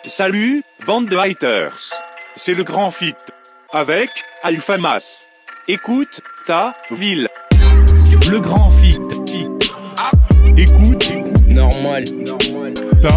Salut, bande de haters. C'est le grand feat. Avec Alpha Mass. Écoute, ta ville. Le grand feat. Écoute. Normal. Ta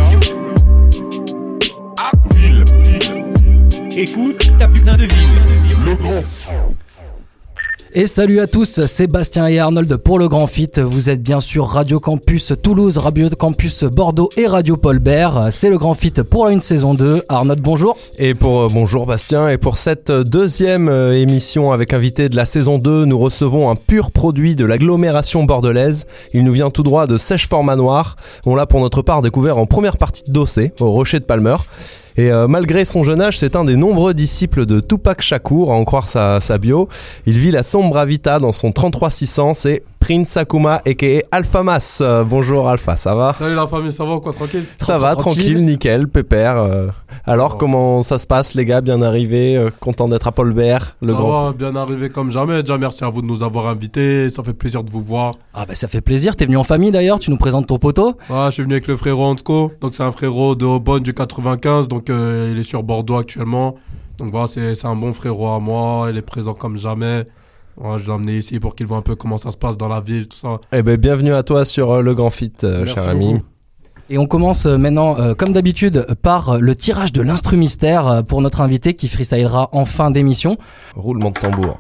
ville. Écoute, ta putain de ville. Le grand feat. Et salut à tous, Sébastien et Arnold pour le Grand Fit. Vous êtes bien sûr Radio Campus Toulouse, Radio Campus Bordeaux et Radio Paul Bert. C'est le Grand Fit pour une saison 2. Arnold, bonjour. Et bonjour Bastien. Et pour cette deuxième émission avec invité de la saison 2, nous recevons un pur produit de l'agglomération bordelaise. Il nous vient tout droit de Sèche-Fort-Manoir. On l'a pour notre part découvert en première partie de Dossé, au Rocher de Palmer. Et malgré son jeune âge, c'est un des nombreux disciples de Tupac Shakur, à en croire sa bio. Il vit la Sombra Vita dans son 33-600, c'est Prince Akuma aka Alpha Mass. Bonjour Alpha, ça va ? Salut la famille, ça va ou quoi, tranquille ? Ça va, tranquille, nickel, pépère. Alors comment ça se passe les gars, bien arrivés, content d'être à Paul Bert, le grand. Ça va, bien arrivé comme jamais. Déjà merci à vous de nous avoir invités, ça fait plaisir de vous voir. Ah bah ça fait plaisir, t'es venu en famille d'ailleurs, tu nous présentes ton poteau ? Ouais, je suis venu avec le frérot Antco, donc c'est un frérot de Aubonne du 95, donc il est sur Bordeaux actuellement. Donc voilà, c'est un bon frérot à moi, il est présent comme jamais. Ouais, je l'ai emmené ici pour qu'il voit un peu comment ça se passe dans la ville, tout ça. Eh ben bienvenue à toi sur le Grand Fit, cher ami. Beaucoup. Et on commence maintenant, comme d'habitude, par le tirage de l'instru mystère pour notre invité qui freestylera en fin d'émission. Roulement de tambour.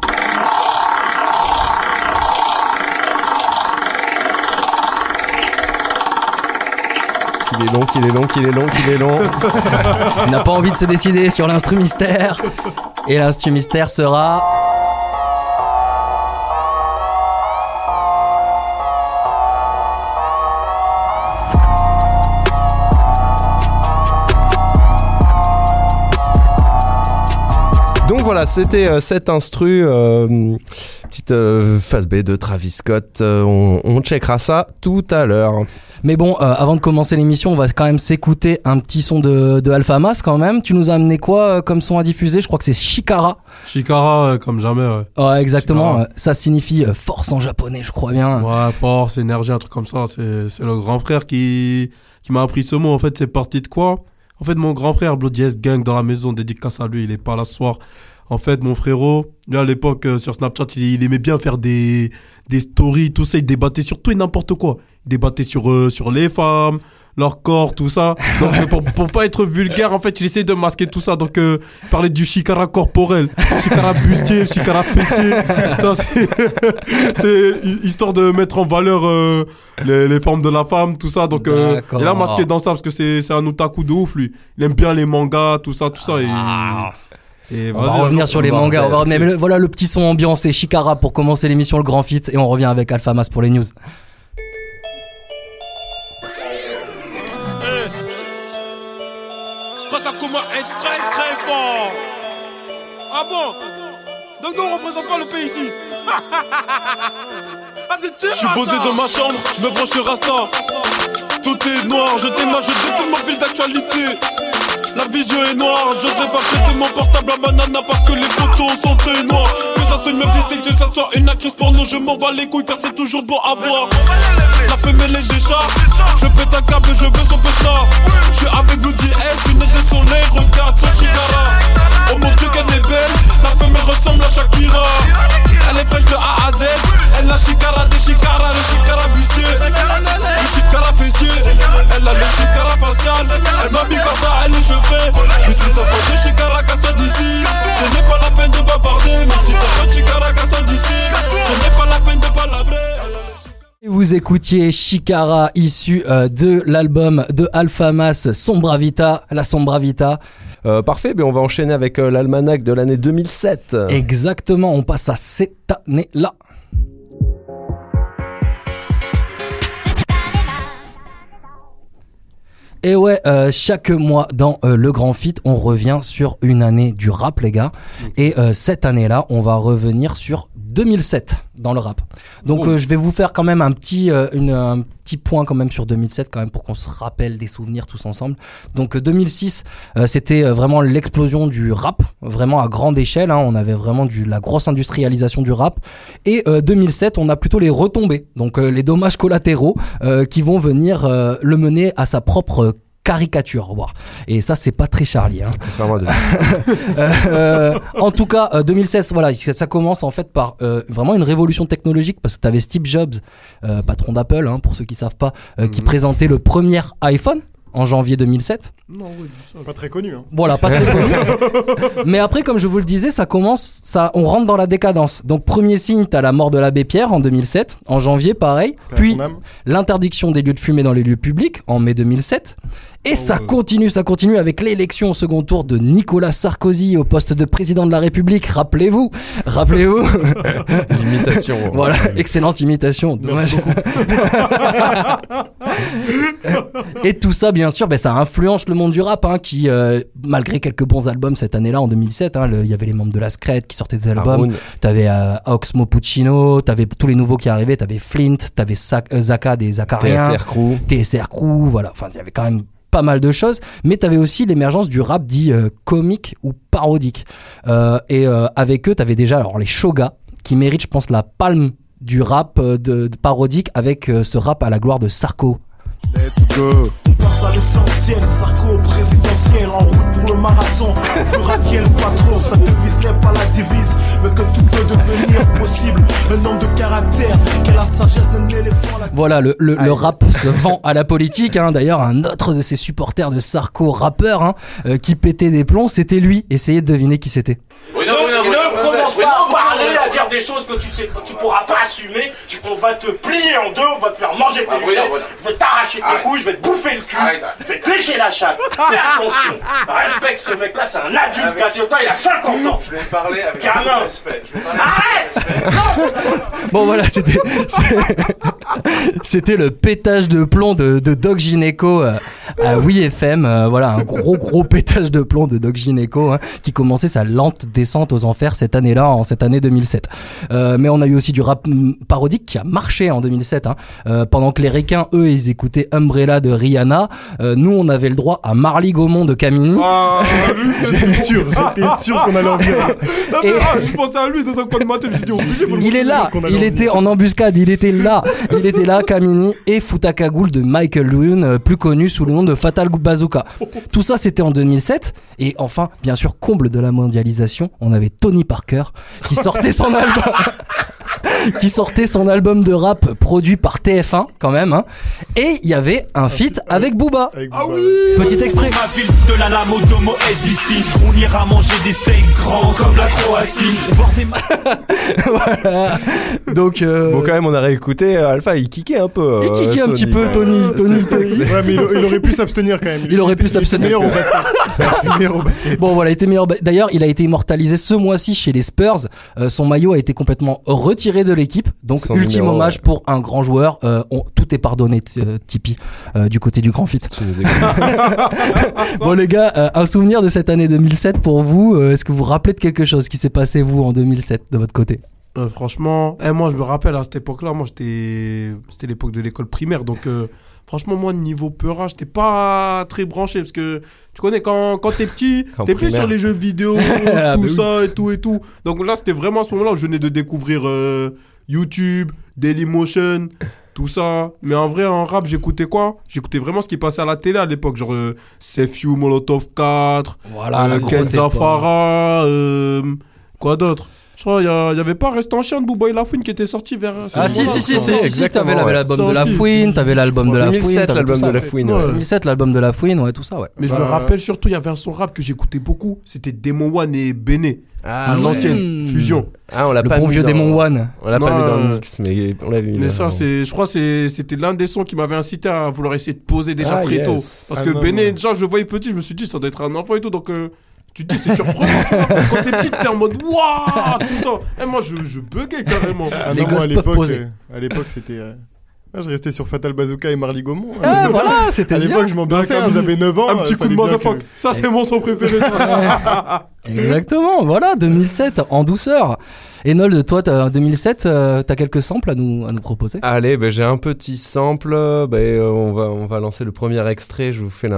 Qu'il est long. Il n'a pas envie de se décider sur l'instru mystère. Et l'instru mystère sera... Donc voilà, c'était cet instru, petite phase B de Travis Scott, on checkera ça tout à l'heure. Mais bon, avant de commencer l'émission, on va quand même s'écouter un petit son de Alpha Mass quand même. Tu nous as amené quoi comme son à diffuser ? Je crois que c'est Shikara. Shikara, comme jamais, ouais. Ouais, exactement. Shikara. Ça signifie force en japonais, je crois bien. Ouais, force, énergie, un truc comme ça. C'est le grand frère qui m'a appris ce mot. En fait, c'est parti de quoi ? En fait, mon grand frère, Bloody S Gang dans la maison, dédicace à lui, il est pas là ce soir. En fait, mon frérot, lui à l'époque, sur Snapchat, il aimait bien faire des stories, tout ça, il débattait sur tout et n'importe quoi. Il débattait sur les femmes, leur corps, tout ça. Donc, pour pas être vulgaire, en fait, il essayait de masquer tout ça. Donc, il parlait du shikara corporel, shikara bustier, shikara fessier. Ça, c'est histoire de mettre en valeur les formes de la femme, tout ça. Donc, il a masqué dans ça parce que c'est un otaku de ouf, lui. Il aime bien les mangas, tout ça. Et on va revenir sur les mangas. Mais voilà le petit son ambiance et Shikara pour commencer l'émission Le Grand Fit. Et on revient avec Alpha Mass pour les news. Akuma est très très fort. Ah bon? Donc nous on représente pas le pays ici. Je suis posé dans ma chambre, je me branche sur Rasta. Tout est noir, je démarre toute ma ville d'actualité. La vision est noire, j'ose pas prêter mon portable à banana parce que les photos sont très noires. Que ça soit une meuf distincte, que ça soit une actrice porno, je m'en bats les couilles car c'est toujours beau à voir. La femelle et j'échappe, je pète un câble, je veux son star. Je suis avec Bloody S, une des soleil, regarde son Shikara. Oh mon dieu qu'elle est belle, la femelle ressemble à Shakira. Elle est fraîche de A à Z, elle a Shikara des Shikara, le Shikara bustier, le Shikara fessier. Elle a le Shikara facial, elle m'a mis Garda, elle est chevrée. Mais si t'as pas de Shikara, casse-toi d'ici. Ce n'est pas la peine de bavarder. Mais si t'as pas de Shikara, casse-toi d'ici. Ce n'est pas la peine de palabrer. Vous écoutiez Shikara, issu de l'album de Alpha Mass, Sombra Vita, la Sombra Vita. Parfait, on va enchaîner avec l'almanach de l'année 2007. Exactement, on passe à cette année-là. Et ouais, chaque mois dans le Grand Fit, on revient sur une année du rap, les gars. Et cette année-là, on va revenir sur 2007 dans le rap. Donc je vais vous faire quand même un petit point quand même sur 2007 quand même pour qu'on se rappelle des souvenirs tous ensemble. Donc 2006, c'était vraiment l'explosion du rap, vraiment à grande échelle, hein. On avait vraiment la grosse industrialisation du rap. Et 2007, on a plutôt les retombées, donc les dommages collatéraux qui vont venir le mener à sa propre caricature, voire. Et ça, c'est pas très Charlie. Hein. Contrairement à En tout cas, 2016, voilà, ça commence en fait par vraiment une révolution technologique parce que tu avais Steve Jobs, patron d'Apple, hein, pour ceux qui savent pas, qui présentait le premier iPhone en janvier 2007. Non, ouais, ça. Pas très connu. Hein. Voilà, pas très connu. Mais après, comme je vous le disais, on rentre dans la décadence. Donc, premier signe, t'as la mort de l'abbé Pierre en 2007. En janvier, pareil. Puis, l'interdiction des lieux de fumer dans les lieux publics en mai 2007. Et ça continue avec l'élection au second tour de Nicolas Sarkozy au poste de président de la République. Rappelez-vous. l'imitation. Voilà, excellente imitation. Dommage. Et tout ça, bien sûr, ça influence le monde du rap, hein, qui, malgré quelques bons albums cette année-là, en 2007, hein, il y avait les membres de la Scred qui sortaient des albums. T'avais Oxmo Puccino, t'avais tous les nouveaux qui arrivaient, t'avais Flint, t'avais Zaka des Zakariens, TSR Crew, voilà. Enfin, il y avait quand même pas mal de choses, mais t'avais aussi l'émergence du rap dit comique ou parodique. Et avec eux, t'avais déjà alors les Shoga, qui méritent, je pense, la palme du rap de parodique avec ce rap à la gloire de Sarko. Let's go. On passe à l'essentiel, Sarko présidentiel, en route pour le marathon. On fera qui est le patron, sa devise n'est pas la divise, mais que tout peut devenir possible. Un homme de caractère, qui a la sagesse d'un éléphant. Voilà, le rap se vend à la politique, hein. D'ailleurs, un autre de ses supporters de Sarko, rappeur, hein, qui pétait des plombs, c'était lui. Essayez de deviner qui c'était. Ne commence pas à parler, à dire des choses que tu pourras pas assumer. On va te plier en deux, on va te faire manger tes lunettes, je vais t'arracher tes couilles, je vais te bouffer le cul, je vais te lécher la chatte. Fais attention, respecte ce mec-là, c'est un adulte, Gatiota, il a 50 ans. Je vais parler avec respect. Arrête. Bon voilà, c'était le pétage de plomb de Doc Gynéco à Oui FM. Voilà, un gros pétage de plomb de Doc Gynéco, hein, qui commençait sa lente descente aux enfers cette année-là, en cette année 2007. Mais on a eu aussi du rap parodique qui a marché en 2007, hein. Pendant que les requins, eux, ils écoutaient Umbrella de Rihanna, nous on avait le droit à Marly Gaumont de Camini. J'étais sûr qu'on allait en venir. Je pensais à lui dans un coin de ma tête, je me suis dit obligé. Il est là, il était en embuscade, il était là, Camini, et Futakagoul de Michael Lune, plus connu sous le nom de Fatal Bazooka. Tout ça c'était en 2007, et enfin, bien sûr, comble de la mondialisation, on avait Tony Parker qui sortait son album de rap produit par TF1 quand même, hein. Et il y avait un feat avec Booba. Ah oui. Petit extrait. Ma ville de la lame au domo SBC, on ira manger des steaks grands comme la Croatie. Voilà. Donc bon, quand même, on a réécouté Alpha, il kickait un peu. Il kickait un petit peu, Tony. Ouais, mais il aurait pu s'abstenir quand même. Il aurait pu s'abstenir. C'est meilleur au basket. Bon voilà, il était meilleur. D'ailleurs, il a été immortalisé ce mois-ci chez les Spurs. Son maillot a été complètement retiré de l'équipe. Donc Son ultime numéro, hommage pour un grand joueur. Tout est pardonné, Tipeee, du côté du Grand Fit. Tu nous écoutes. Bon les gars, un souvenir de cette année 2007 pour vous. Est-ce que vous vous rappelez de quelque chose qui s'est passé vous en 2007 de votre côté? Franchement, moi je me rappelle à cette époque-là, c'était l'époque de l'école primaire, donc franchement moi niveau peura, j'étais pas très branché parce que tu connais quand t'es petit, t'es plus sur les jeux vidéo, tout ça et tout. Donc là c'était vraiment à ce moment-là où je venais de découvrir YouTube, Dailymotion, tout ça. Mais en vrai en rap j'écoutais quoi? J'écoutais vraiment ce qui passait à la télé à l'époque, genre Sefiu, Molotov 4, voilà, Kenza Farah, quoi d'autre? Je crois il y avait pas Restant Chien de Booba et La Fouine qui était sorti vers si, t'avais l'album de La Fouine, t'avais l'album de La Fouine, 2007 l'album de La Fouine, 2007 l'album de La Fouine, ouais, tout ça, ouais. Mais je me rappelle surtout il y avait un son rap que j'écoutais beaucoup, c'était Demon One et Béné. L'ancienne fusion. Ah, on l'a le pas bon mis vieux dans... Demon One. On l'a pas mis dans le mix, mais on l'avait mis. Mais ça, je crois que c'était l'un des sons qui m'avait incité à vouloir essayer de poser déjà très tôt. Parce que Béné, déjà, je le voyais petit, je me suis dit, ça doit être un enfant et tout, donc tu te dis, c'est surprenant, tu vois. Quand t'es petit, t'es en mode, waouh, tout ça. Et moi, je buguais carrément. Les gosses peuvent poser. À l'époque, c'était... je restais sur Fatal Bazooka et Marly Gaumont. Ah, voilà, c'était à l'époque, je m'ambiançais, j'avais 9 ans. Un petit coup de motherfuck. Ça, c'est mon son préféré. Exactement, voilà, 2007, en douceur. Enold, toi, 2007, t'as quelques samples à nous proposer? Allez, j'ai un petit sample. On va lancer le premier extrait. Je vous fais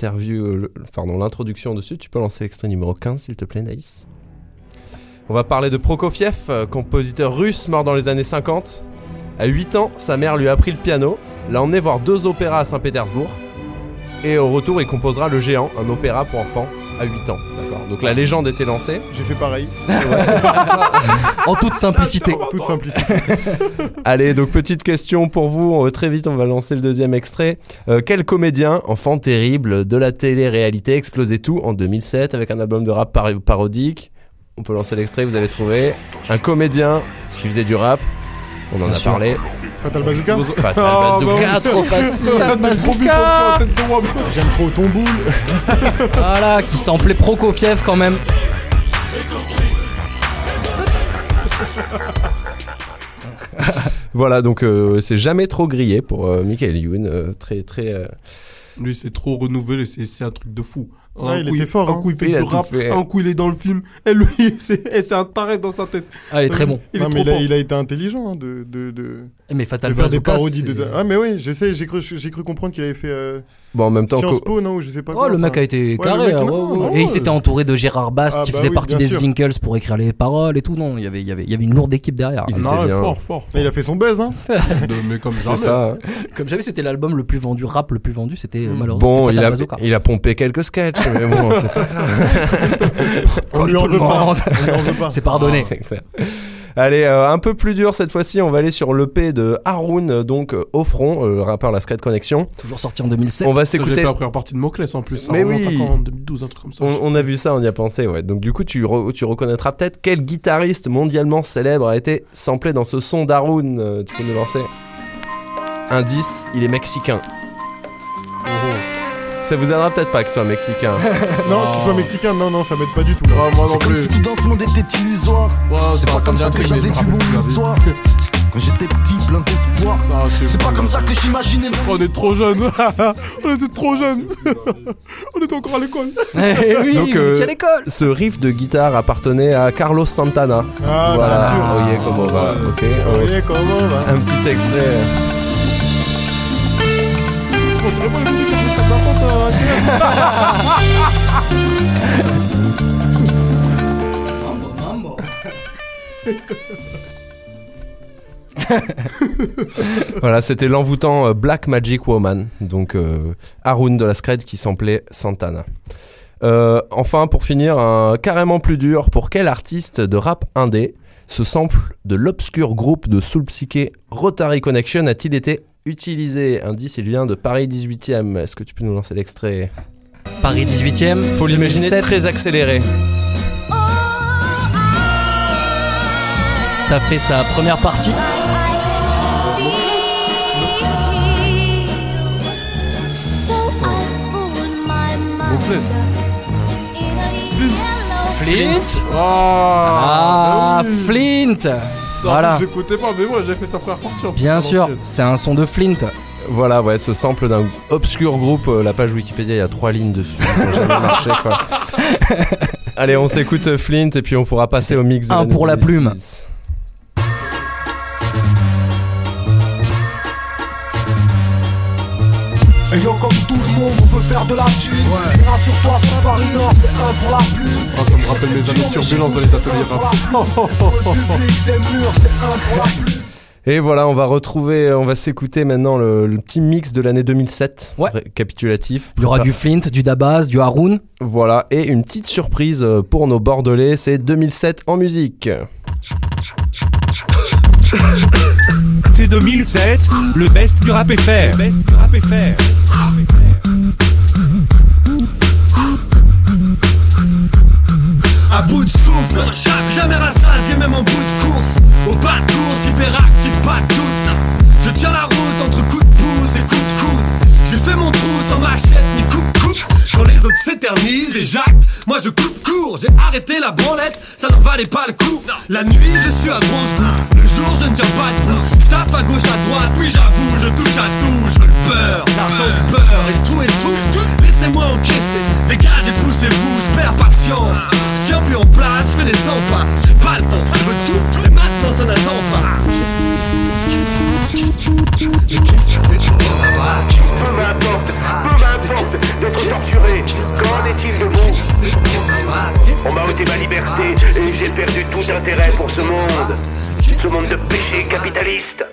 l'introduction dessus. Tu peux lancer l'extrait numéro 15, s'il te plaît, Naïs. On va parler de Prokofiev, compositeur russe mort dans les années 50. À 8 ans, sa mère lui a appris le piano, l'a emmené voir 2 opéras à Saint-Pétersbourg. Et au retour, il composera Le Géant, un opéra pour enfants à 8 ans. D'accord. Donc la légende était lancée. J'ai fait pareil. En toute simplicité. Toute simplicité. Allez, donc petite question pour vous. Très vite, on va lancer le deuxième extrait. Quel comédien, enfant terrible de la télé-réalité, explosait tout en 2007 avec un album de rap parodique? On peut lancer l'extrait, vous avez trouvé. Un comédien qui faisait du rap. On en a parlé. Fatal Bazooka. Fatal Bazooka, trop facile. Fatal Bazooka. J'aime trop ton boule. Voilà, qui samplait Prokofiev quand même. Voilà, donc c'est jamais trop grillé pour Michael Youn. Très. Lui, c'est trop renouvelé, c'est un truc de fou. Il était fort. Un coup, il fait Il a du tout rap, fait. un coup, il est dans le film. Et lui, c'est un taré dans sa tête. Ah, il est très bon. Il est trop mais fort. il a été intelligent de Mais Fatal faire des Bazooka, parodies c'est... de. Ah, mais oui, je sais, j'ai cru comprendre qu'il avait fait Bon, en même temps, Sciences Po, non, ou je sais pas Oh, quoi. le mec a été carré. le mec, hein, non, ouais. non, Et il s'était entouré de Gérard Bast, Ah, qui bah faisait oui, partie bien des sûr. Winkles pour écrire les paroles et tout. Non, il y avait une lourde équipe derrière. Il était Non, bien. fort. Mais il a fait son buzz, hein. Mais comme c'est jamais. ça. Hein. Comme j'avais, c'était l'album le plus vendu, rap le plus vendu, c'était malheureusement. Bon, c'était il Fatal a, Bazooka. il a pompé quelques sketchs, mais bon, c'est pas On lui en Tout le veut pas. monde. On lui en veut pas. C'est pardonné. c'est clair. Allez, un peu plus dur cette fois-ci, on va aller sur l'EP de Haroun, donc au front, le rappeur La Secret Connection. Toujours sorti en 2007. On va J'ai s'écouter. fait la première partie de Moclès en plus. Ça Mais remonte oui. à quand, en 2012, un truc comme ça. On a vu ça, on y a pensé, ouais. Donc du coup, tu reconnaîtras peut-être quel guitariste mondialement célèbre a été samplé dans ce son d'Haroun. Tu peux nous lancer? Indice, il est mexicain. Ça vous aidera peut-être pas qu'il soit mexicain. Non, qu'il soit mexicain, non, ça m'aide pas du tout. Ah, moi non C'est comme plus. si tout dans ce monde était illusoire. Ouais, C'est pas comme me dit ça un que truc, mais j'avais je me vu rappelle plus mon la vie. histoire. Quand j'étais petit, plein d'espoir. Non, C'est pas comme ça que j'imaginais mon On est trop jeunes. On était trop jeunes. On était encore à l'école. Eh oui, Donc, vous étiez à l'école. Ce riff de guitare appartenait à Carlos Santana. Ah, Voilà, bien sûr. Oye, comment va. Ok, Oye, comment va. un petit extrait. On dirait pas la musique de cette d'attente Voilà, c'était l'envoûtant Black Magic Woman, donc Haroun de la Scred qui samplait Santana. Enfin, pour finir, un carrément plus dur, pour quel artiste de rap indé ce sample de l'obscur groupe de soul psyché Rotary Connection a-t-il été utilisé? Indice, il vient de Paris 18e. Est-ce que tu peux nous lancer l'extrait? Paris 18e. Faut l'imaginer 2007. très accéléré. T'as fait sa première partie. Moclès. Flint. Ah, Ah, Flint. Non, Voilà. je l'écoutais pas, mais moi j'ai fait sa première partie en plus, Bien à sûr, l'ancienne. c'est un son de Flint. Voilà, ouais, ce sample d'un obscur groupe, la page Wikipédia, il y a 3 lignes dessus. Ils ont jamais marché, quoi. Allez, on s'écoute Flint et puis on pourra passer au mix de Un l'année pour la 2006. plume. Et yo, comme tout le monde, on peut faire de la thune. Rassure-toi, sur Paris Nord, c'est un pour la plume. Ah, ça me rappelle mes années de turbulence dans les ateliers rap. Le public, c'est mûr, c'est un pour la plume. Et voilà, on va s'écouter maintenant le petit mix de l'année 2007, Ouais. récapitulatif. Il y aura du Flint, du Dabaz, du Haroun. Voilà, et une petite surprise pour nos Bordelais, c'est 2007 en musique. C'est 2007, le best du rap FR. Best du rap FR. À bout de souffle, jamais rassasié, même en bout de course. Au pas de course, hyperactif, pas de doute. Je tiens la route entre coups de pouce et coups de coude. J'ai fait mon trou sans machette ni coupe. Quand les autres s'éternisent et jactent, moi je coupe court. J'ai arrêté la branlette, ça n'en valait pas le coup. La nuit je suis à grosse goutte, le jour je ne tiens pas debout. Je taffe à gauche à droite, oui j'avoue, je touche à tout. Je veux le beurre, l'argent du beurre et tout. Laissez-moi encaisser, dégagez, poussez-vous, je perds patience. Je tiens plus en place, je fais des 100 pas. J'ai pas le temps, je veux tout, et maintenant ça n'attend pas. Qu'est-ce que tu fais pour la base? Peu m'importe d'être torturé. Qu'en est-il de vous? On m'a ôté ma liberté et j'ai perdu tout intérêt pour ce monde de péché capitaliste.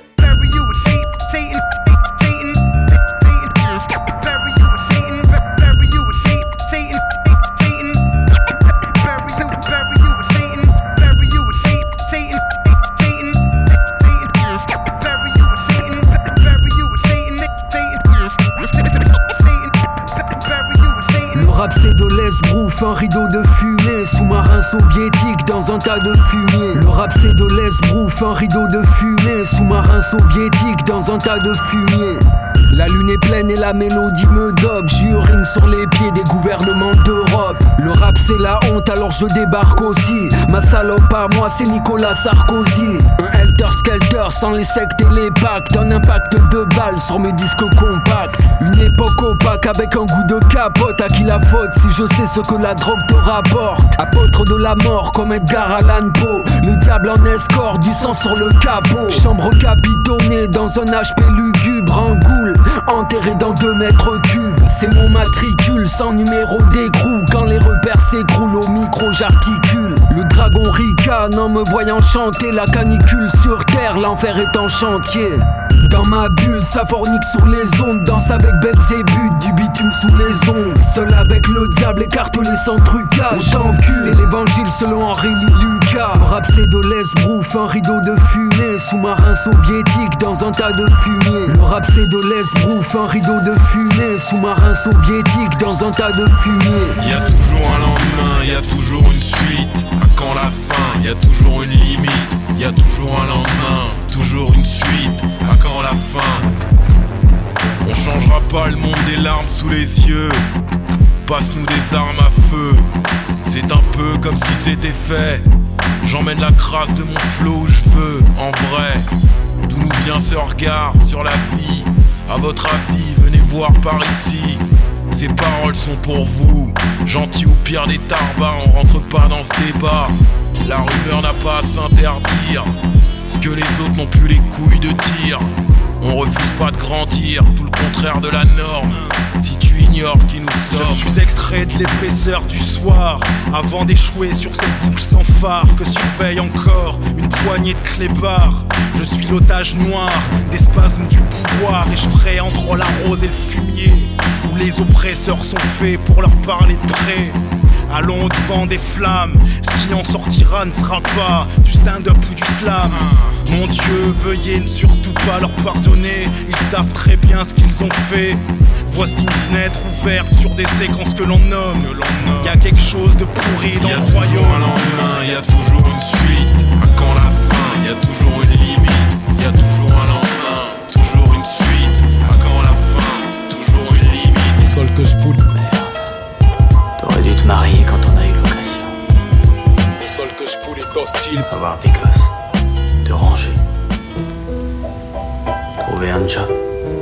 Le rap c'est de l'esbrouf, un rideau de fumée. Sous-marin soviétique dans un tas de fumier. Le rap c'est de l'esbrouf, un rideau de fumée. Sous-marin soviétique dans un tas de fumier. La lune est pleine et la mélodie me dope. J'urine sur les pieds des gouvernements d'Europe. Le rap c'est la honte alors je débarque aussi. Ma salope à moi c'est Nicolas Sarkozy. Un helter-skelter sans les sectes et les pactes. Un impact de balles sur mes disques compacts. Une époque opaque avec un goût de capote. À qui la faute si je sais ce que la drogue te rapporte. Apôtre de la mort comme Edgar Allan Poe. Le diable en escorte, du sang sur le capot. Chambre capitonnée dans un HP lugubre. Un goule enterré dans 2 mètres cubes. C'est mon matricule sans numéro d'écrou. Quand les repères s'écroulent au micro j'articule. Le dragon ricane en me voyant chanter. La canicule sur terre, l'enfer est en chantier. Dans ma bulle, ça fornique sur les ondes. Danse avec Belzébuth, du bitume sous les ondes. Seul avec le diable, écartelé sans trucage. Autant cul, c'est l'évangile selon Henri Lucas. Le rap c'est de l'esbrouf, un rideau de fumée. Sous-marin soviétique dans un tas de fumier. Le rap c'est de l'esbrouf, un rideau de fumée. Sous-marin soviétique dans un tas de fumier. Y a toujours un lendemain, y a toujours une suite. À quand la fin, y a toujours une limite. Y a toujours un lendemain, toujours une suite. À quand la fin? On changera pas le monde des larmes sous les yeux. Passe-nous des armes à feu. C'est un peu comme si c'était fait. J'emmène la crasse de mon flow où je veux. En vrai, d'où nous vient ce regard sur la vie? À votre avis, venez voir par ici. Ces paroles sont pour vous. Gentil ou pire des tarbas, on rentre pas dans ce débat. La rumeur n'a pas à s'interdire. Ce que les autres n'ont plus les couilles de dire. On refuse pas de grandir, tout le contraire de la norme. Si tu ignores qui nous sommes. Je suis extrait de l'épaisseur du soir, avant d'échouer sur cette boucle sans phare que surveille encore une poignée de clébards. Je suis l'otage noir des spasmes du pouvoir, et je ferai entre la rose et le fumier, où les oppresseurs sont faits pour leur parler de près. Allons au-devant des flammes, ce qui en sortira ne sera pas du stand-up ou du slam. Mon Dieu, veuillez ne surtout pas leur pardonner, ils savent très bien ce qu'ils ont fait. Voici une fenêtre ouverte sur des séquences que l'on nomme. Y'a quelque chose de pourri dans le royaume. Y'a toujours un lendemain, y'a toujours une suite. À quand la fin, y'a toujours une limite. Y'a toujours un lendemain, toujours une suite. À quand la fin, toujours une limite. Le sol que je foule. T'aurais dû te marier quand on a eu l'occasion. Le sol que je foule est hostile. Avoir des gosses. Te ranger. Trouver un job.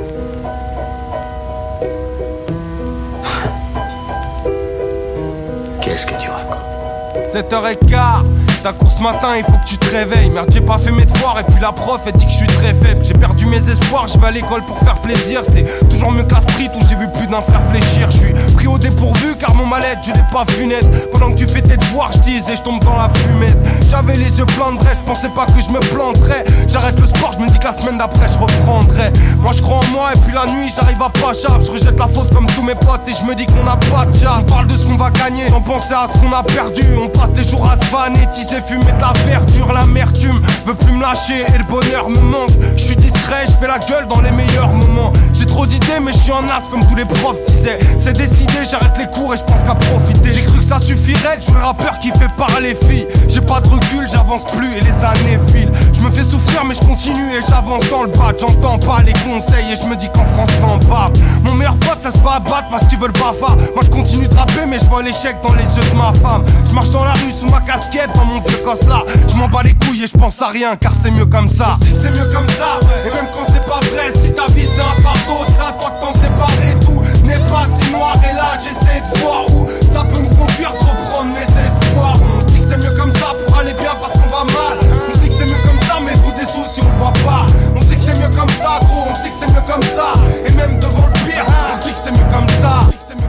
Qu'est-ce que tu racontes? 7h15, t'as cours ce matin, il faut que tu te réveilles. Merde, j'ai pas fait mes devoirs et puis la prof elle dit que je suis très faible. J'ai perdu mes espoirs, je vais à l'école pour faire plaisir. C'est toujours mieux que la street où j'ai vu plus d'un frère fléchir. Je suis pris au dépourvu car mon mal-être je l'ai pas vu net. Pendant que tu fais tes devoirs, je tease et je tombe dans la fumette. J'avais les yeux pleins de rêves, je pensais pas que je me planterais. J'arrête le sport, je me dis que la semaine d'après je reprendrai. Moi je crois en moi et puis la nuit j'arrive à pas chave. Je rejette la faute comme tous mes potes et je me dis qu'on a pas de job. On parle de ce qu'on va gagner, sans penser à ce qu'on a perdu. On passe des jours à se vanner, teaser, fumer de la verdure. L'amertume veut plus me lâcher et le bonheur me manque. Je suis discret, je fais la gueule dans les meilleurs moments. J'ai trop d'idées mais je suis un as comme tous les profs disaient. C'est décidé, j'arrête les cours et je pense qu'à profiter. J'ai cru que ça suffirait, je suis le rappeur qui fait parler filles. J'ai pas de recul, j'avance plus et les années filent. Je me fais souffrir mais je continue et j'avance dans le bas. J'entends pas les conseils et je me dis qu'en France t'en bats. Mon meilleur pote ça se fait abattre parce qu'ils veulent pas faire. Moi je continue de rapper mais je vois l'échec dans les yeux de ma femme. Je marche dans la rue sous ma casquette dans mon vieux gosse là. Je m'en bats les couilles et je pense à rien car c'est mieux comme ça. On se dit que c'est mieux comme ça. Et même quand c'est pas vrai, si ta vie c'est un fardeau, c'est à toi de t'en séparer. Tout n'est pas si noir et là j'essaie de voir où ça peut me conduire, de reprendre mes espoirs. On se dit que c'est mieux comme ça pour aller bien parce qu'on va mal. On se dit que c'est mieux comme ça mais vous des soucis on le voit pas. On se dit que c'est mieux comme ça gros, on se dit que c'est mieux comme ça. Et même devant le pire, on se dit que c'est mieux comme ça.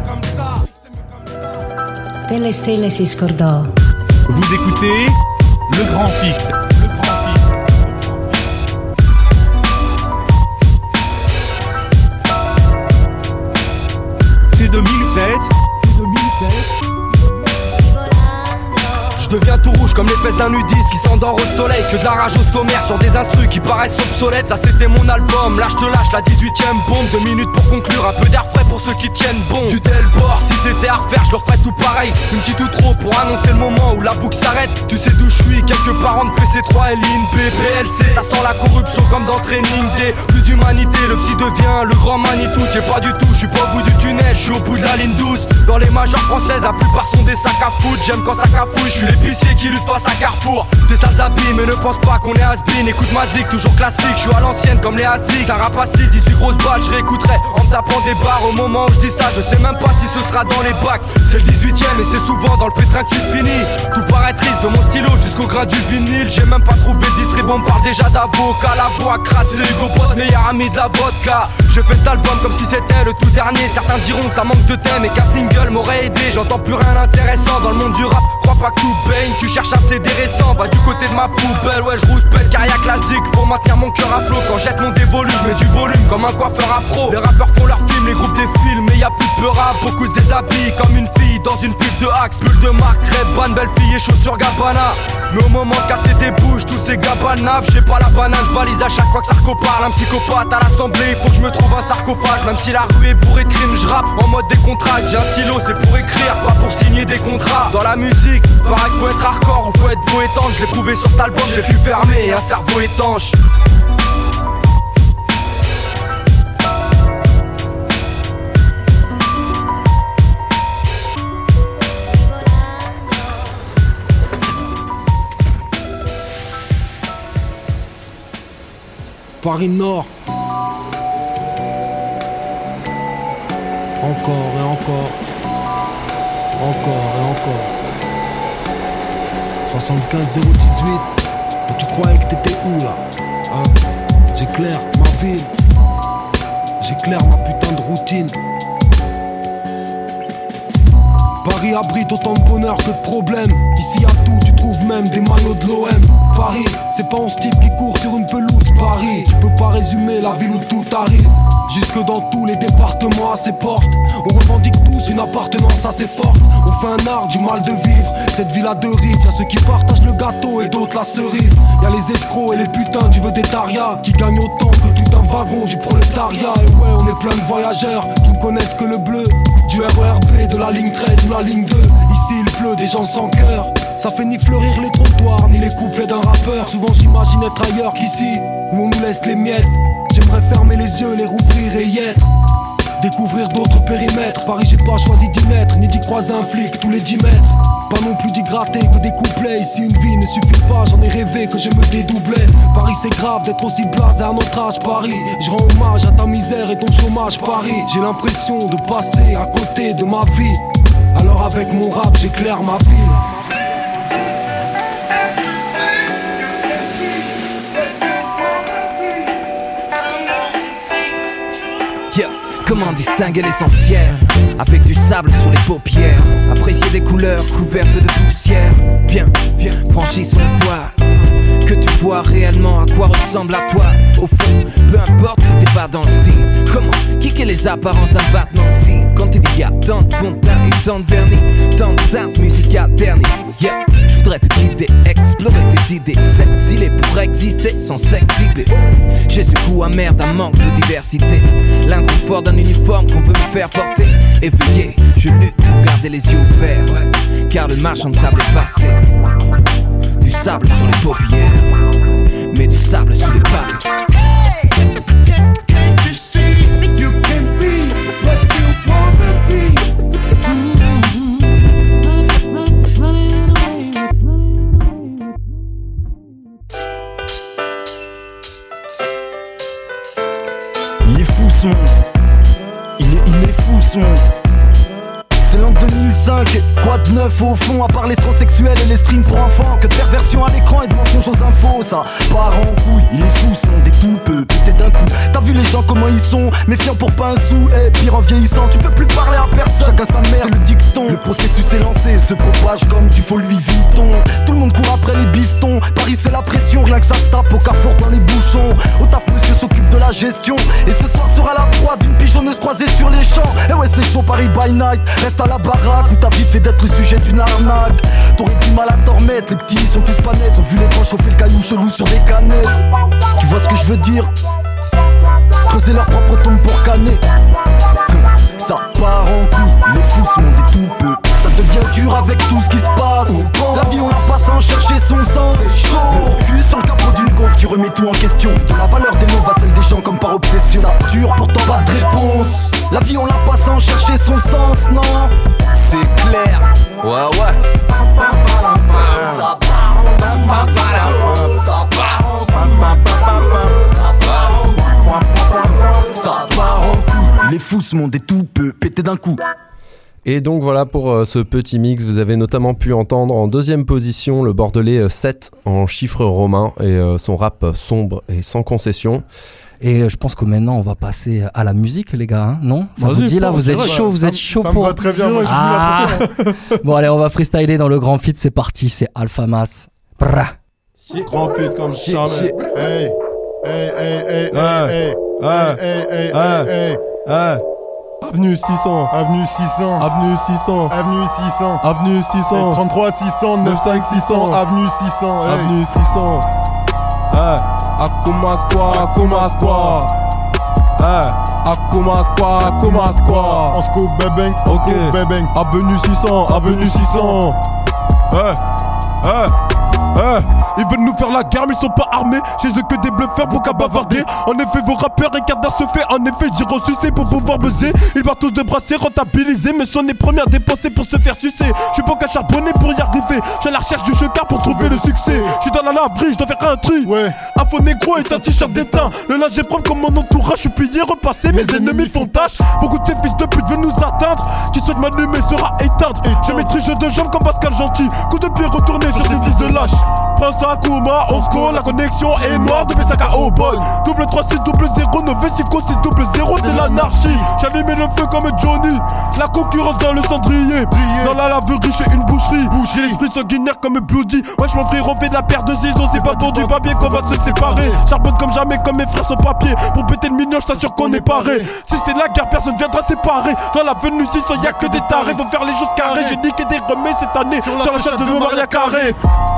Delle stelle si scordò. Vous écoutez Le Grand Fict. C'est 2007. Je deviens tout rouge comme les fesses d'un nudiste qui s'endort au soleil. Que de la rage au sommaire sur des instrus qui paraissent obsolètes. Ça c'était mon album, là je te lâche la 18ème bombe. 2 minutes pour conclure, un peu d'air frais pour ceux qui tiennent bon. Tu t'es le bord, si c'était à refaire je leur ferais tout pareil. Une petite ou trop pour annoncer le moment où la boucle s'arrête. Tu sais d'où je suis, quelque part entre PC3 et l'INP, PLC. Ça sent la corruption comme dans Training Day. Plus d'humanité, le petit devient le grand Manitou. T'y es pas du tout, je suis pas au bout du tunnel, je suis au bout de la ligne douce. Dans les majeures françaises, la plupart sont des sacs à foutre. J'aime quand ça cafouille, je suis l'épicier qui lutte face à Carrefour. Des sales habits, mais ne pense pas qu'on est has-been. Écoute ma zik, toujours classique, je suis à l'ancienne comme les Asics. Un rap acide, 18 grosses balles, je réécouterai en me tapant des barres. Au moment où je dis ça, je sais même pas si ce sera dans les bacs. C'est le 18ème et c'est souvent dans le pétrin que tu finis. Tout paraît triste de mon stylo jusqu'au grain du vinyle. J'ai même pas trouvé de distrib, on me parle déjà d'avocat. La voix crassée, Hugo Boss, meilleur ami de la vodka. Je fais cet album comme si c'était le tout dernier. Certains diront que ça manque de thème et qu'un single m'aurait aidé. J'entends plus rien d'intéressant dans le monde du rap. Crois pas que tout baigne, tu cherches un CD récent. Va du côté de ma poubelle, ouais je rouspète carrière classique. Pour maintenir mon cœur à flot, quand jette mon dévolu, je mets du volume comme un coiffeur afro. Les rappeurs font leurs films, les groupes défilent, mais y'a plus de peur rap. Beaucoup se déshabillent comme une fille dans une pub de Axe. Pull de marque, Ray-Ban, belle fille et chaussures Gabbana. Mais au moment de casser des bouches, tous ces gabanaves, j'ai pas la banane, j'balise à chaque fois que Sarko parle. Un psychopathe à l'assemblée, il faut que je me trouve un sarcophage. Même si la rue est bourrée de crimes, je rappe en mode décontracté. J'ai un stylo, c'est pour écrire, pas pour signer des contrats. Dans la musique, pareil qu'il faut être hardcore ou faut être beau et tendre. Je l'ai prouvé sur cet album, j'ai pu fermer un cerveau étanche. Paris Nord. Encore et encore. Encore et encore. 75 018. Et tu croyais que t'étais où là, hein? J'éclaire ma ville. J'éclaire ma putain de routine. Paris abrite autant de bonheur que de problèmes. Ici y'a tout, tu trouves même des maillots de l'OM. Paris, c'est pas 11 types qui courent sur une pelouse. Paris, tu peux pas résumer la ville où tout arrive. Jusque dans tous les départements à ses portes. On revendique tous une appartenance assez forte. On fait un art du mal de vivre. Cette ville a deux riches, y'a ceux qui partagent le gâteau et d'autres la cerise. Y'a les escrocs et les putains du vedettariat qui gagnent autant que tout un wagon du prolétariat. Et ouais, on est plein de voyageurs qui ne connaissent que le bleu du RERB, de la ligne 13 ou la ligne 2. Ici il pleut des gens sans cœur. Ça fait ni fleurir les trottoirs, ni les couplets d'un rappeur. Souvent j'imagine être ailleurs qu'ici, où on nous laisse les miettes. J'aimerais fermer les yeux, les rouvrir et y être. Découvrir d'autres périmètres. Paris j'ai pas choisi d'y mettre, ni d'y croiser un flic tous les 10 mètres. Pas non plus d'y gratter que des couplets. Ici une vie ne suffit pas, j'en ai rêvé que je me dédoublais. Paris c'est grave d'être aussi blasé à notre âge. Paris, je rends hommage à ta misère et ton chômage. Paris, j'ai l'impression de passer à côté de ma vie. Alors avec mon rap j'éclaire ma ville. Comment distinguer l'essentiel? Avec du sable sur les paupières, apprécier des couleurs couvertes de poussière. Viens, franchissons le voile. Que tu vois réellement à quoi ressemble la toile. Au fond, peu importe si t'es pas dans le style. Comment kicker les apparences d'un battement de cils. Quand il y a tant de fond de teint et tant de vernis, tant de teintes musicales ternies. Yeah, je voudrais te guider, explorer tes idées, s'exiler pour exister sans s'exhiber. J'ai ce goût amer d'un manque de diversité, l'inconfort d'un uniforme qu'on veut me faire porter. Éveillé, je lutte pour garder les yeux ouverts, car le marchand de sable est passé. Du sable sur les paupières, mais du sable sur les pattes. Il est fou ce monde. Il est fou ce monde. C'est l'an 2005, quoi de neuf au fond, à part les transsexuels et les streams pour enfants. Que de perversion à l'écran et de mensonges aux infos, ça part en couille. Il est fou ce monde et tout peut péter d'un coup. T'as vu les gens comment ils sont, méfiants pour pas un sou. Et pire en vieillissant, tu peux plus parler à personne. Chacun sa mère, c'est le dicton. Le processus est lancé, se propage comme du faux Louis Vuitton. Tout le monde court après les bifetons. Paris c'est la pression, rien que ça se tape au carrefour dans les bouchons. Au taf monsieur s'occupe de la la gestion. Et ce soir sera la proie d'une pigeonneuse croisée sur les champs. Et ouais c'est chaud Paris by night, reste à la baraque où t'as vite fait d'être le sujet d'une arnaque. T'aurais du mal à t'en remettre, les petits sont tous pas nets. Ont vu les grands chauffer le caillou chelou sur des canettes. Tu vois ce que je veux dire? Creuser leur propre tombe pour canner. Ça part en couille, les fous ce monde est tout peu. Ça devient dur avec tout ce qui se passe. La vie on la passe sans chercher son sens. Le cul sur le capot d'une gaufre, tu remets tout en question. La valeur des mots va celle des gens comme par obsession. Ça dure pourtant pas de réponse. La vie on la passe sans chercher son sens, non. C'est clair. Ouais ouais. Ça part en couille. Ça part en couille. Ça part en couille. Les fous ce monde est tout peu pété d'un coup. Et donc voilà pour ce petit mix, vous avez notamment pu entendre en deuxième position le bordelais 7 en chiffres romains et son rap sombre et sans concession. Et je pense que maintenant on va passer à la musique les gars, hein, non? Ça vous dit là, vous êtes chaud, vous êtes chaud ça pour... me va très bien, moi je suis là pour Bon allez, on va freestyler dans le grand feat, c'est parti, c'est Alpha Mass. Brrra. Grand feat comme jamais. Hey, hey, hey, hey, hey, hey, hey, hey. Avenue 600, Avenue 600, Avenue 600, Avenue 600, Avenue 600, 33 600, 95 600, Avenue 600, hey. Avenue 600. Akumas quoi? Akumas quoi? On se coupe Bebengs, on se coupe Bebengs. Avenue 600, Avenue 600. Ils veulent nous faire la guerre mais ils sont pas armés. Chez eux que des bluffeurs pour qu'à bavarder. En effet vos rappeurs incarnent à se fait. En effet j'ai reçu c'est pour pouvoir buzzer. Ils partent tous de brasser, rentabiliser. Mais sont les premiers à dépenser pour se faire sucer. Je suis pas qu'à charbonner pour y arriver. Je suis à la recherche du chocard pour trouver le succès. Je suis dans la laverie, je dois faire un tri. Ouais. Un faux négro est un t-shirt d'étain. Le linge est propre comme mon entourage. Je suis plié, repassé, mes ennemis font tâche. Beaucoup de ces fils de pute veulent nous atteindre. Qui souhaitent m'allumer sera éteinte. Je maîtrise jeu de jambes comme Pascal Gentil. Coup de pied retourné sur ces fils de lâche. Prince Akuma, on score, la connexion est noire de Pesaka au boy. Double 3 6 double 0 9 6 6 double 0 c'est l'anarchie. J'allumais le feu comme Johnny. La concurrence dans le cendrier. Dans la laverie chez une boucherie. J'ai l'esprit sanguinaire comme Bloody. Wesh mon frère on fait de la paire de ciseaux. C'est pas pour du papier qu'on va se séparer. Charbonne comme jamais comme mes frères sans papier. Pour péter le mignon je t'assure qu'on est paré. Si c'est la guerre personne viendra séparer. Dans l'avenue 600 y'a que des tarés. Faut faire les choses carrées. J'ai niqué des remets cette année. Sur la chatte de Maria Carré.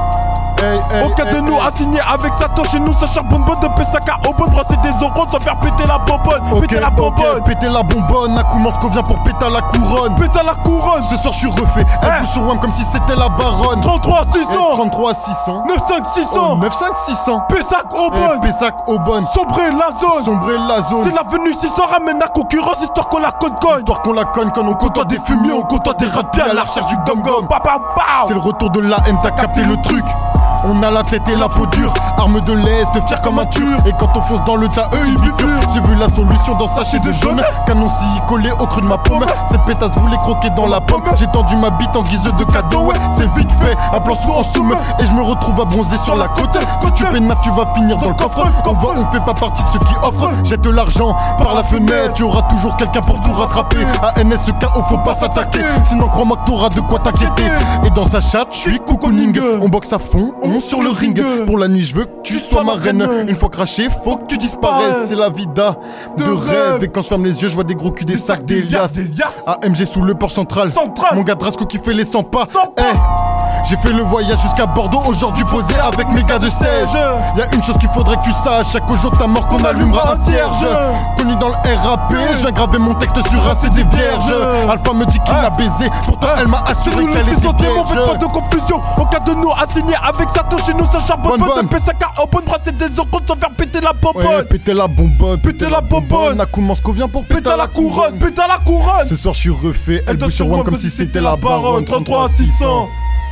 Aucun de nous a signé avec Satan. Chez nous ça charbonne bonne de Pesaka au bon. Brasser des orons sans faire péter la bonbonne. Péter la bonbonne. Péter la bonbonne. Akouman's qu'on vient pour péter la couronne. Péter la couronne. Ce soir je suis refait. Elle bouge sur WAM comme si c'était la baronne. 33 600 33 600 95 600 95 600 Pessac au bon. Pessac au bon. Sombrer la zone. Sombrer la zone. C'est l'avenue 600 ramène la concurrence histoire qu'on la conne. Histoire qu'on la conne quand on côtoie des fumiers. On côtoie des rats à la recherche du gom-gom. C'est le retour de la haine, t'as capté le truc. On a la tête et la peau dure, arme de l'Est, fier comme un tur. Et quand on fonce dans le tas, eux ils bifurent. J'ai vu la solution dans sachet de jaune. Canon si collé au creux de ma paume. Cette pétasse voulait croquer dans la pomme. J'ai tendu ma bite en guise de cadeau. Ouais, c'est vite fait, un plan sous en somme. Et je me retrouve à bronzer sur la côte. Si tu pénaves, tu vas finir dans le coffre. Quand va, on fait pas partie de ceux qui offrent. Jette l'argent par la fenêtre. Tu auras toujours quelqu'un pour tout rattraper. À NSKO, faut pas s'attaquer. Sinon, crois-moi que t'auras de quoi t'inquiéter. Et dans sa chatte, je suis cocooning. On boxe à fond, sur le ring. Pour la nuit je veux que tu sois ma reine. Une fois craché faut que tu disparaisses. C'est la vida de rêve. Et quand je ferme les yeux je vois des gros culs, des sacs, des liasses. AMG sous le port central. Mon gars Drasco qui fait les 100 pas. J'ai fait le voyage jusqu'à Bordeaux. Aujourd'hui posé avec mes gars de siège. Y'a une chose qu'il faudrait que tu saches. Chaque jour de ta mort qu'on allumera un cierge. Connu dans le RAP, j'ai gravé mon texte sur un CD vierge. Alpha me dit qu'il l'a baisé. Pourtant elle m'a assuré qu'elle était vierge. On fait pas de confusion. En cas de nous assigné avec Satan. Chez nous ça charbonne bonne de Pesaka au bon. Brasser des orons sans faire péter la bonbonne. Ouais, péter la bonbonne. Péter la bonbonne. Akouman's qu'on vient pour péter la couronne. Péter la couronne. Ce soir je suis refait. Elle bouge sur WAM comme si c'était la baronne. 33 600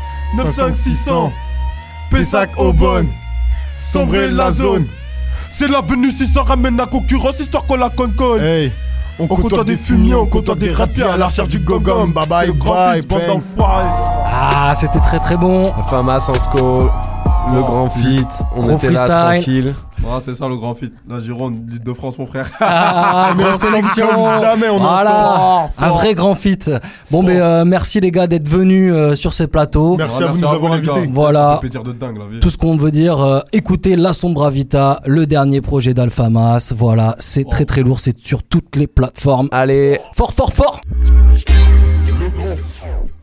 95 600 Pessac au bon. Sombrer la zone. C'est l'avenue 600 ramène la concurrence histoire qu'on la conne. Hey. On côtoie des fumiers, on côtoie des rapiers à la recherche du gogom. Bye bye bye bye. Ah c'était très très bon. Alpha Mass en sco. Le grand feat, on gros était là tranquille. Ah, c'est ça le grand fit. La Gironde, l'Île-de-France, mon frère. Ah, grosse connexion. Jamais, on est voilà, un vrai grand fit. Bon, mais merci les gars d'être venus sur ces plateaux. Merci à vous de nous avoir invités. Voilà. Ça fait plaisir de dingue, la vie. Tout ce qu'on veut dire, écoutez La Sombra Vita, le dernier projet d'Alpha Mas. Voilà, c'est très très lourd, c'est sur toutes les plateformes. Allez, fort, fort, fort. Le grand fit.